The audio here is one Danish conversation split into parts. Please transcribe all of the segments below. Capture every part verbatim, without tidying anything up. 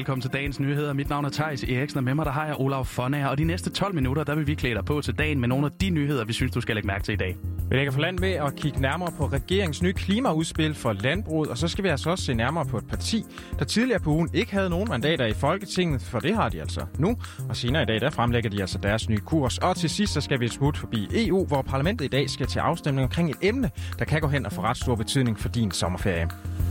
velkommen til dagens nyheder. Mit navn er Theis Eriksen, og med mig der har jeg Olaf Fonager. Og de næste tolv minutter, der vil vi klæde dig på til dagen med nogle af de nyheder, vi synes, du skal lægge mærke til i dag. Vi lægger for land ved at kigge nærmere på regeringens nye klimaudspil for landbruget, og så skal vi altså også se nærmere på et parti, der tidligere på ugen ikke havde nogen mandater i Folketinget, for det har de altså nu. Og senere i dag, der fremlægger de altså deres nye kurs. Og til sidst, så skal vi et smut forbi E U, hvor parlamentet i dag skal til afstemning omkring et emne, der kan gå hen og få ret stor betydning for din sommerferie.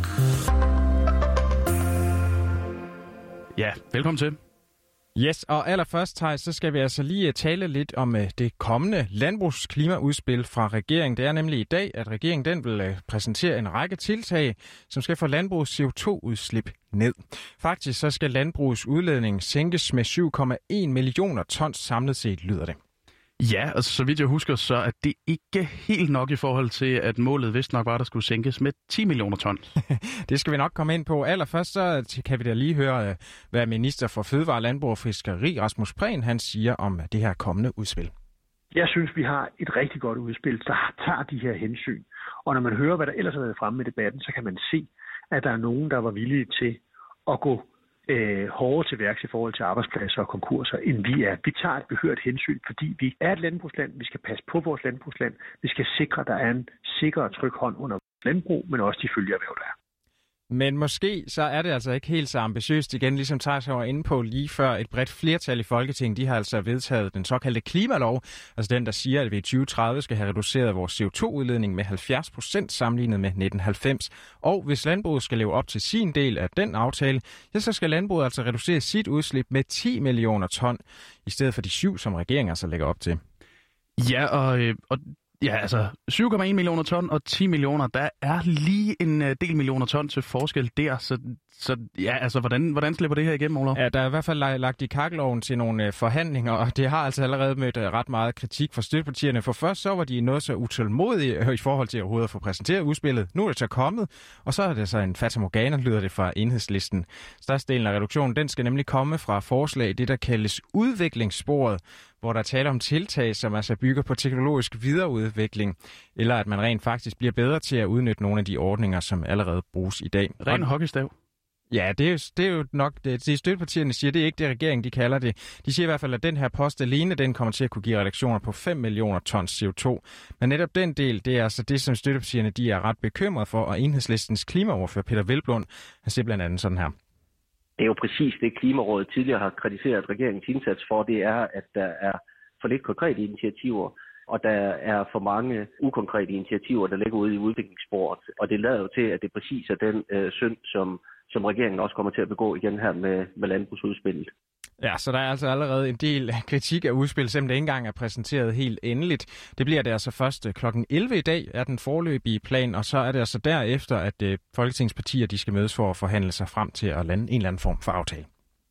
Ja, velkommen til. Yes, og allerførst, Theis, så skal vi altså lige tale lidt om uh, det kommende landbrugsklimaudspil fra regeringen. Det er nemlig i dag, at regeringen den vil uh, præsentere en række tiltag, som skal få landbrugets C O to udslip ned. Faktisk så skal landbrugets udledning sænkes med syv komma en millioner tons samlet set, lyder det. Ja, altså så vidt jeg husker, så er det ikke helt nok i forhold til, at målet vist nok var, at der skulle sænkes med ti millioner tons. Det skal vi nok komme ind på. Allerførst så kan vi da lige høre, hvad minister for Fødevare, Landbrug og Fiskeri, Rasmus Prehn, han siger om det her kommende udspil. Jeg synes, vi har et rigtig godt udspil, der tager de her hensyn. Og når man hører, hvad der ellers har været fremme i debatten, så kan man se, at der er nogen, der var villige til at gå Øh, hårdere til værks i forhold til arbejdspladser og konkurser, end vi er. Vi tager et behørt hensyn, fordi vi er et landbrugsland. Vi skal passe på vores landbrugsland. Vi skal sikre, at der er en sikker og tryg hånd under vores landbrug, men også de følgeerhverv, der er. Men måske så er det altså ikke helt så ambitiøst igen, ligesom Theis var inde på lige før. Et bredt flertal i Folketinget, de har altså vedtaget den såkaldte klimalov, altså den, der siger, at vi i tyve tredive skal have reduceret vores C O to udledning med halvfjerds procent sammenlignet med nitten halvfems. Og hvis landbruget skal leve op til sin del af den aftale, ja, så skal landbruget altså reducere sit udslip med ti millioner ton, i stedet for de syv, som regeringen altså lægger op til. Ja, og... Øh, og Ja, altså syv komma en millioner ton og ti millioner, der er lige en uh, del millioner ton til forskel der, så, så ja, altså hvordan, hvordan slipper det her igennem, Olaf? Ja, der er i hvert fald lagt i kakkeloven til nogle uh, forhandlinger, og det har altså allerede mødt uh, ret meget kritik fra støttepartierne. For først så var de noget så utålmodige uh, i forhold til overhovedet at få præsenteret udspillet. Nu er det så kommet, og så er det så en fatamorgana, lyder det fra Enhedslisten. Størstedelen af reduktionen, den skal nemlig komme fra forslag, det der kaldes udviklingssporet, hvor der taler om tiltag, som altså bygger på teknologisk videreudvikling, eller at man rent faktisk bliver bedre til at udnytte nogle af de ordninger, som allerede bruges i dag. Ren hockeystav. Ja, det er, jo, det er jo nok det. De støttepartierne siger, det er ikke det, regeringen de kalder det. De siger i hvert fald, at den her post alene, den kommer til at kunne give reduktioner på fem millioner tons C O to. Men netop den del, det er altså det, som støttepartierne de er ret bekymrede for, og Enhedslistens klimaordfører Peter Hvelplund, han siger blandt andet sådan her. Det er jo præcis det, Klimarådet tidligere har kritiseret regeringens indsats for, det er, at der er for lidt konkrete initiativer, og der er for mange ukonkrete initiativer, der ligger ude i udviklingssporet. Og det lader jo til, at det præcis er den øh, synd, som, som regeringen også kommer til at begå igen her med, med landbrugsudspillet. Ja, så der er altså allerede en del kritik af udspil, selvom det ikke engang er præsenteret helt endeligt. Det bliver det altså først klokken elleve i dag, er den foreløbige plan, og så er det altså derefter, at øh, Folketingets partier de skal mødes for at forhandle sig frem til at lande en eller anden form for aftale.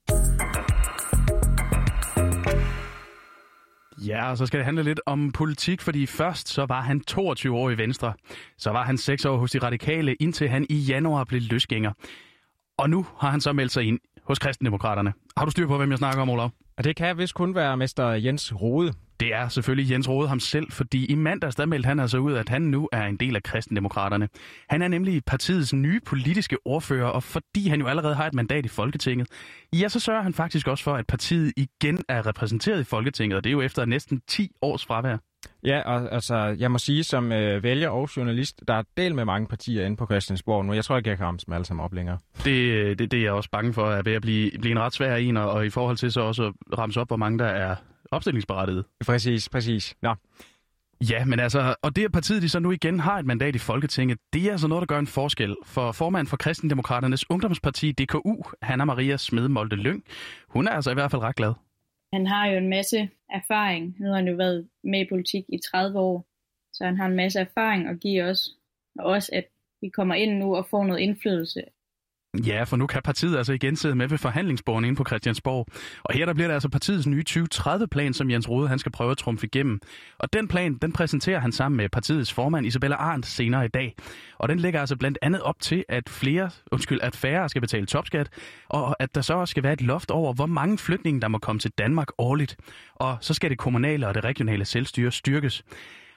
Ja, og så skal det handle lidt om politik, fordi først så var han toogtyve år i Venstre. Så var han seks år hos de radikale, indtil han i januar blev løsgænger. Og nu har han så meldt sig ind hos Kristendemokraterne. Har du styr på, hvem jeg snakker om, Olaf? Og det kan vist kun være mester Jens Rohde. Det er selvfølgelig Jens Rohde ham selv, fordi i mandags der meldte han altså ud, at han nu er en del af Kristendemokraterne. Han er nemlig partiets nye politiske ordfører, og fordi han jo allerede har et mandat i Folketinget, ja, så sørger han faktisk også for, at partiet igen er repræsenteret i Folketinget, og det er jo efter næsten ti års fravær. Ja, og altså, jeg må sige som øh, vælger og journalist, der er del med mange partier inde på Christiansborg nu. Jeg tror ikke, jeg kan ramme dem alle sammen op længere. Det, det, det er jeg også bange for, at ved at blive, blive en ret svær en, og, og i forhold til så også at ramse op, hvor mange der er opstillingsberettigede. Præcis, præcis. Nå. Ja, men altså, og det at partiet de så nu igen har et mandat i Folketinget, det er altså noget, der gør en forskel. For formand for Kristendemokraternes ungdomsparti D K U, Hanna Maria Smed Molde Lyng, hun er altså i hvert fald ret glad. Han har jo en masse erfaring. Nu har han jo været med i politik i tredive år, så han har en masse erfaring at give os. Og også, at vi kommer ind nu og får noget indflydelse. Ja, for nu kan partiet altså igen sidde med ved forhandlingsbordet inde på Christiansborg. Og her der bliver det altså partiets nye tyve tredive-plan, som Jens Rohde han skal prøve at trumfe igennem. Og den plan, den præsenterer han sammen med partiets formand Isabella Arendt senere i dag. Og den lægger altså blandt andet op til, at flere, undskyld, at færre skal betale topskat, og at der så også skal være et loft over, hvor mange flygtninge, der må komme til Danmark årligt. Og så skal det kommunale og det regionale selvstyre styrkes.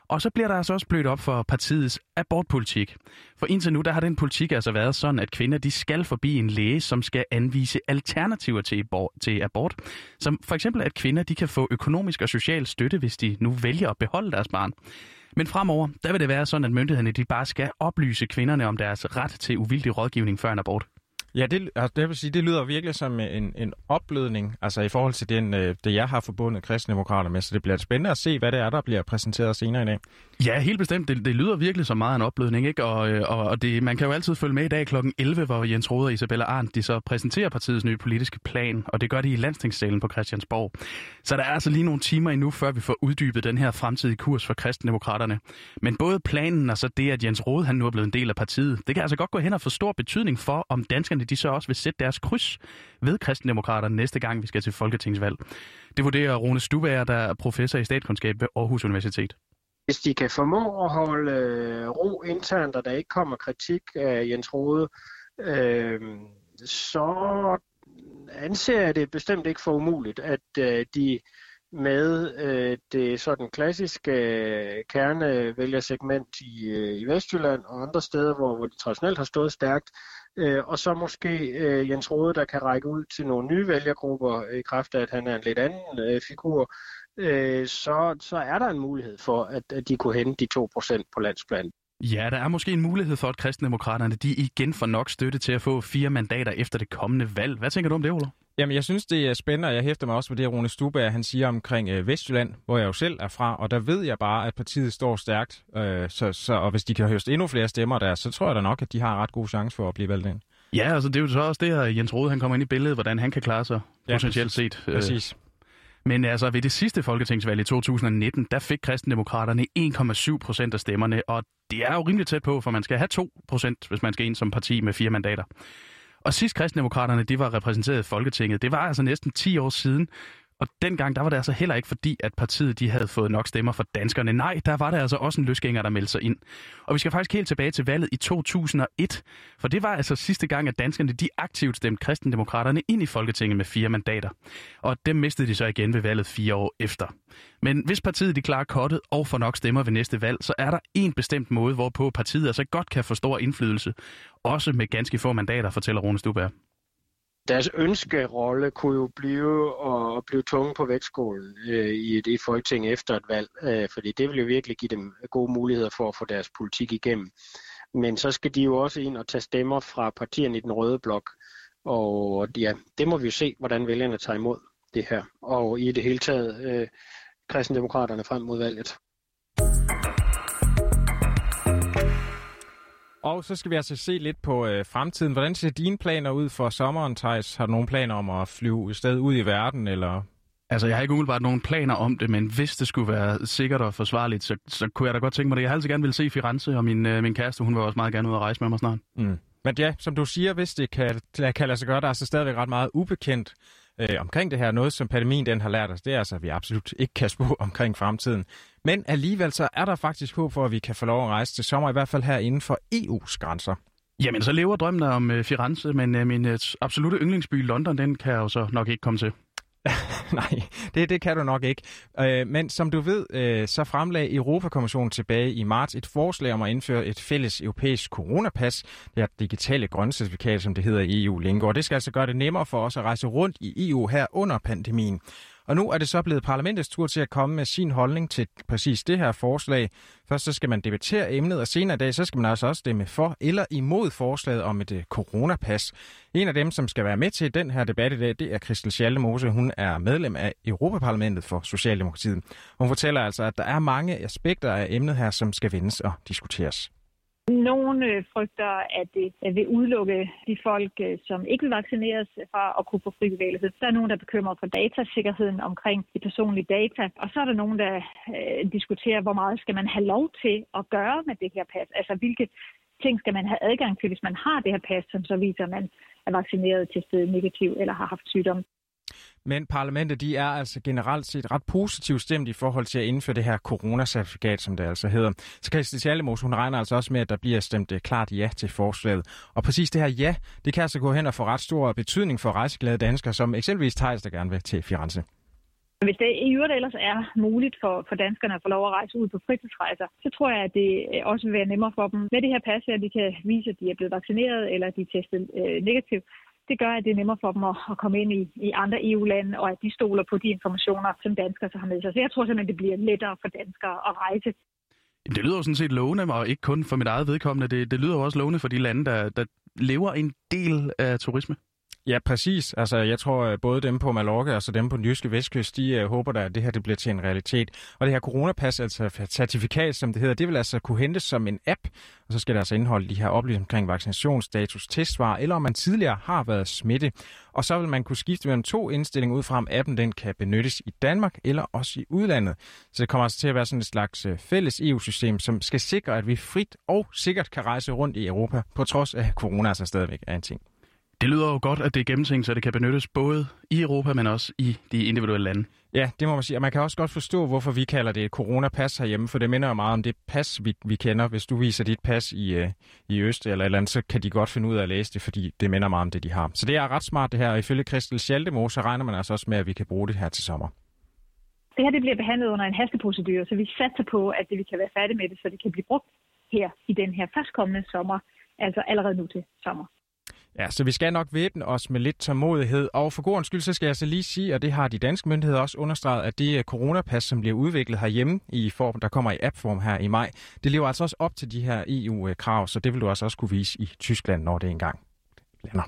Og så bliver der altså også blødt op for partiets abortpolitik. For indtil nu, der har den politik altså været sådan, at kvinder de skal forbi en læge, som skal anvise alternativer til til abort. Som for eksempel, at kvinder de kan få økonomisk og social støtte, hvis de nu vælger at beholde deres barn. Men fremover, der vil det være sådan, at myndighederne de bare skal oplyse kvinderne om deres ret til uvildig rådgivning før en abort. Ja, det, altså, det vil sige, det lyder virkelig som en, en opblødning, altså i forhold til den, det, jeg har forbundet kristendemokrater med, så det bliver spændende at se, hvad det er, der bliver præsenteret senere i dag. Ja, helt bestemt. Det, det lyder virkelig som meget en opblødning, ikke? Og, og, og det, man kan jo altid følge med i dag klokken elleve, hvor Jens Rohde og Isabella Arendt, de så præsenterer partiets nye politiske plan, og det gør de i Landstingssalen på Christiansborg. Så der er altså lige nogle timer endnu, før vi får uddybet den her fremtidige kurs for kristendemokraterne. Men både planen og så det, at Jens Rohde han nu er blevet en del af partiet, det kan altså godt gå hen og få stor betydning for, om danskerne de så også vil sætte deres kryds ved kristendemokraterne næste gang, vi skal til folketingsvalg. Det vurderer Rune Stubager, der er professor i statskundskab ved Aarhus Universitet. Hvis de kan formå at holde øh, ro internt, og der ikke kommer kritik af Jens Rohde, øh, så anser jeg det bestemt ikke for umuligt, at øh, de med øh, det sådan klassiske øh, kernevælgersegment i, øh, i Vestjylland og andre steder, hvor, hvor de traditionelt har stået stærkt, øh, og så måske øh, Jens Rohde, der kan række ud til nogle nye vælgergrupper i kraft af, at han er en lidt anden øh, figur, øh, så, så er der en mulighed for, at, at de kunne hente de to procent på landsplan. Ja, der er måske en mulighed for, at kristendemokraterne de igen får nok støtte til at få fire mandater efter det kommende valg. Hvad tænker du om det, Ola? Jamen, jeg synes, det er spændende, og jeg hæfter mig også på det, Rune Stubager, han siger omkring øh, Vestjylland, hvor jeg jo selv er fra, og der ved jeg bare, at partiet står stærkt, øh, så, så, og hvis de kan høste endnu flere stemmer der, så tror jeg da nok, at de har ret god chance for at blive valgt ind. Ja, altså det er jo så også det her, Jens Rohde, han kommer ind i billedet, hvordan han kan klare sig ja, potentielt set. Præcis. Men altså ved det sidste folketingsvalg i to tusind nitten, der fik kristendemokraterne en komma syv procent af stemmerne, og det er jo rimelig tæt på, for man skal have to procent, hvis man skal ind som parti med fire mandater. Og sidst kristendemokraterne de var repræsenteret i Folketinget, det var altså næsten ti år siden, og dengang der var det altså heller ikke fordi, at partiet de havde fået nok stemmer for danskerne. Nej, der var det altså også en løsgænger, der meldte sig ind. Og vi skal faktisk helt tilbage til valget i to tusind og et, for det var altså sidste gang, at danskerne de aktivt stemte kristendemokraterne ind i Folketinget med fire mandater. Og dem mistede de så igen ved valget fire år efter. Men hvis partiet de klarer kottet og får nok stemmer ved næste valg, så er der en bestemt måde, hvorpå partiet altså godt kan få stor indflydelse. Også med ganske få mandater, fortæller Rune Stubager. Deres ønskerolle kunne jo blive at blive tunge på vægtskålen øh, i et, et folketing efter et valg, øh, fordi det vil jo virkelig give dem gode muligheder for at få deres politik igennem. Men så skal de jo også ind og tage stemmer fra partierne i den røde blok, og ja, det må vi jo se, hvordan vælgerne tager imod det her, og i det hele taget øh, kristendemokraterne frem mod valget. Og så skal vi altså se lidt på øh, fremtiden. Hvordan ser dine planer ud for sommeren, Theis? Har du nogle planer om at flyve et sted ud i verden, eller? Altså, jeg har ikke umiddelbart nogen planer om det, men hvis det skulle være sikkert og forsvarligt, så, så kunne jeg da godt tænke mig det. Jeg har altid gerne ville se Firenze, og min, øh, min kæreste, hun vil også meget gerne ud og rejse med mig snart. Mm. Men ja, som du siger, hvis det kan, kan lade sig gøre, der er så stadigvæk ret meget ubekendt øh, omkring det her. Noget, som pandemien den har lært os, det er altså, at vi absolut ikke kan spå omkring fremtiden. Men alligevel så er der faktisk håb for, at vi kan få lov at rejse til sommer, i hvert fald her inden for E U's grænser. Jamen, så lever drømmen om uh, Firenze, men uh, min uh, absolutte yndlingsby London, den kan jeg jo så nok ikke komme til. Nej, det, det kan du nok ikke. Øh, men som du ved, øh, så fremlagde Europakommissionen tilbage i marts et forslag om at indføre et fælles europæisk coronapas, det her digitale grønne certifikat, som det hedder i E U-lingo. Og det skal altså gøre det nemmere for os at rejse rundt i E U her under pandemien. Og nu er det så blevet parlamentets tur til at komme med sin holdning til præcis det her forslag. Først så skal man debattere emnet, og senere i dag så skal man altså også stemme for eller imod forslaget om et coronapas. En af dem, som skal være med til den her debat i dag, det er Christel Schaldemose. Hun er medlem af Europaparlamentet for Socialdemokratiet. Hun fortæller altså, at der er mange aspekter af emnet her, som skal vendes og diskuteres. Nogle frygter, at det vil udelukke de folk, som ikke vil vaccineres, fra at kunne få fri bevægelighed. Der er nogen, der er bekymret for datasikkerheden omkring de personlige data. Og så er der nogen, der øh, diskuterer, hvor meget skal man have lov til at gøre med det her pas. Altså, hvilke ting skal man have adgang til, hvis man har det her pas, som så viser, at man er vaccineret, testet negativ eller har haft sygdom. Men parlamentet, de er altså generelt set ret positivt stemt i forhold til at indføre det her coronacertifikat, som det altså hedder. Så Christel Schaldemose, hun regner altså også med, at der bliver stemt klart ja til forslaget. Og præcis det her ja, det kan altså gå hen og få ret stor betydning for rejseglade danskere, som eksempelvis Theis, der gerne vil til Firenze. Hvis det i øvrigt ellers er muligt for, for danskerne at få lov at rejse ud på fritidsrejser, så tror jeg, at det også vil være nemmere for dem. Med det her pas her, de kan vise, at de er blevet vaccineret eller de er testet øh, negativt. Det gør, at det er nemmere for dem at, at komme ind i, i andre E U-lande, og at de stoler på de informationer, som danskere så har med sig. Så jeg tror simpelthen, det bliver lettere for danskere at rejse. Det lyder jo sådan set lovende, og ikke kun for mit eget vedkommende. Det, det lyder jo også lovende for de lande, der, der lever en del af turisme. Ja, præcis. Altså, jeg tror, både dem på Mallorca og så dem på den jyske vestkyst, de uh, håber da, at det her det bliver til en realitet. Og det her coronapas, altså certifikat, som det hedder, det vil altså kunne hentes som en app, og så skal der altså indeholde de her oplysninger omkring vaccinationsstatus, testsvar, eller om man tidligere har været smittet. Og så vil man kunne skifte mellem to indstillinger ud fra, om appen den kan benyttes i Danmark eller også i udlandet. Så det kommer altså til at være sådan et slags fælles E U-system, som skal sikre, at vi frit og sikkert kan rejse rundt i Europa, på trods af corona altså stadigvæk er en ting. Det lyder jo godt, at det er gennemtænkt, så det kan benyttes både i Europa, men også i de individuelle lande. Ja, det må man sige. Og man kan også godt forstå, hvorfor vi kalder det et coronapas herhjemme, for det minder jo meget om det pas, vi, vi kender. Hvis du viser dit pas i, uh, i Øst eller et eller andet, så kan de godt finde ud af at læse det, fordi det minder meget om det, de har. Så det er ret smart det her, og ifølge Christel Schaldemo, så regner man altså også med, at vi kan bruge det her til sommer. Det her det bliver behandlet under en hasteprocedure, så vi satser på, at det, vi kan være færdige med det, så det kan blive brugt her i den her førstkommende sommer, altså allerede nu til sommer. Ja, så vi skal nok væbne os med lidt tålmodighed, og for god skyld, så skal jeg så lige sige, og det har de danske myndigheder også understreget, at det coronapas, som bliver udviklet herhjemme i form, der kommer i appform her i maj, det lever altså også op til de her E U-krav, så det vil du altså også kunne vise i Tyskland, når det engang lander.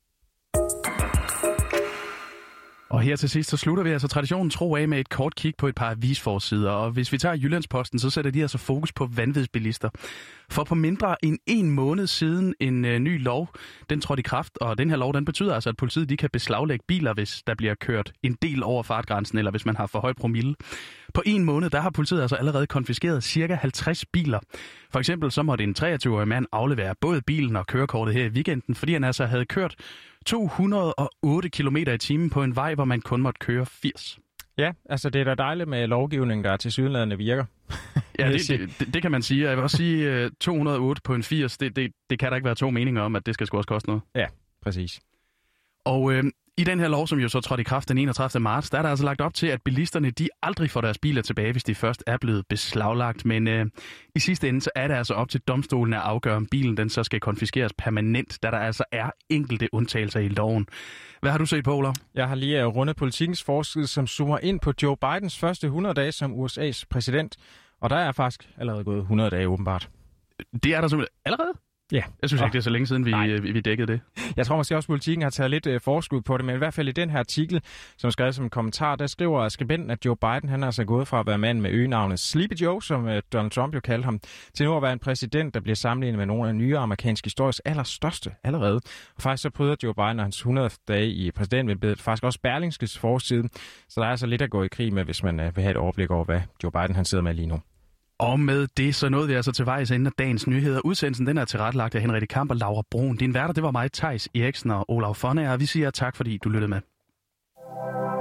Og her til sidst, så slutter vi altså traditionen tro af med et kort kig på et par avisforsider. Og hvis vi tager Jyllandsposten, så sætter de altså fokus på vanvidsbilister. For på mindre end en måned siden en øh, ny lov, den trådte i kraft, og den her lov, den betyder altså, at politiet de kan beslaglægge biler, hvis der bliver kørt en del over fartgrænsen, eller hvis man har for høj promille. På en måned, der har politiet altså allerede konfiskeret cirka halvtreds biler. For eksempel så måtte en treogtyve-årig mand aflevere både bilen og kørekortet her i weekenden, fordi han altså havde kørt to hundrede og otte kilometer i timen på en vej, hvor man kun måtte køre firs. Ja, altså det er da dejligt med lovgivning, der tilsyneladende virker. Ja, det, det, det kan man sige. Jeg vil også sige, to hundrede og otte på en firs, det, det, det kan der ikke være to meninger om, at det skal sgu også koste noget. Ja, præcis. Og øh, i den her lov, som jo så trådte i kraft den enogtredivte marts, der er der altså lagt op til, at bilisterne de aldrig får deres biler tilbage, hvis de først er blevet beslaglagt. Men øh, i sidste ende, så er det altså op til domstolen at afgøre, om bilen den så skal konfiskeres permanent, da der altså er enkelte undtagelser i loven. Hvad har du set på, Olav? Jeg har lige rundet Politikens forside, som zoomer ind på Joe Bidens første hundrede dage som U S A's præsident. Og der er faktisk allerede gået hundrede dage åbenbart. Det er der simpelthen allerede? Ja. Jeg synes ikke, det er så længe siden, vi, vi dækkede det. Jeg tror måske også, at Politiken har taget lidt uh, forskud på det, men i hvert fald i den her artikel, som skrev som en kommentar, der skriver skribenten, at Joe Biden han er altså gået fra at være mand med øgenavnet Sleepy Joe, som uh, Donald Trump jo kaldte ham, til nu at være en præsident, der bliver sammenlignet med nogle af nye amerikanske histories allerstørste allerede. Og faktisk så bryder Joe Biden og hans hundrede dage i præsidentembedet faktisk også Berlingskes forside, så der er altså lidt at gå i krig med, hvis man uh, vil have et overblik over, hvad Joe Biden han sidder med lige nu. Og med det, så nåede vi altså til vejs ende af dagens nyheder. Udsendelsen den er tilrettelagt af Henriette Kamp og Laura Brun. Din værter, det var mig, Theis Eriksen og Olav Fonnager. Vi siger tak, fordi du lyttede med.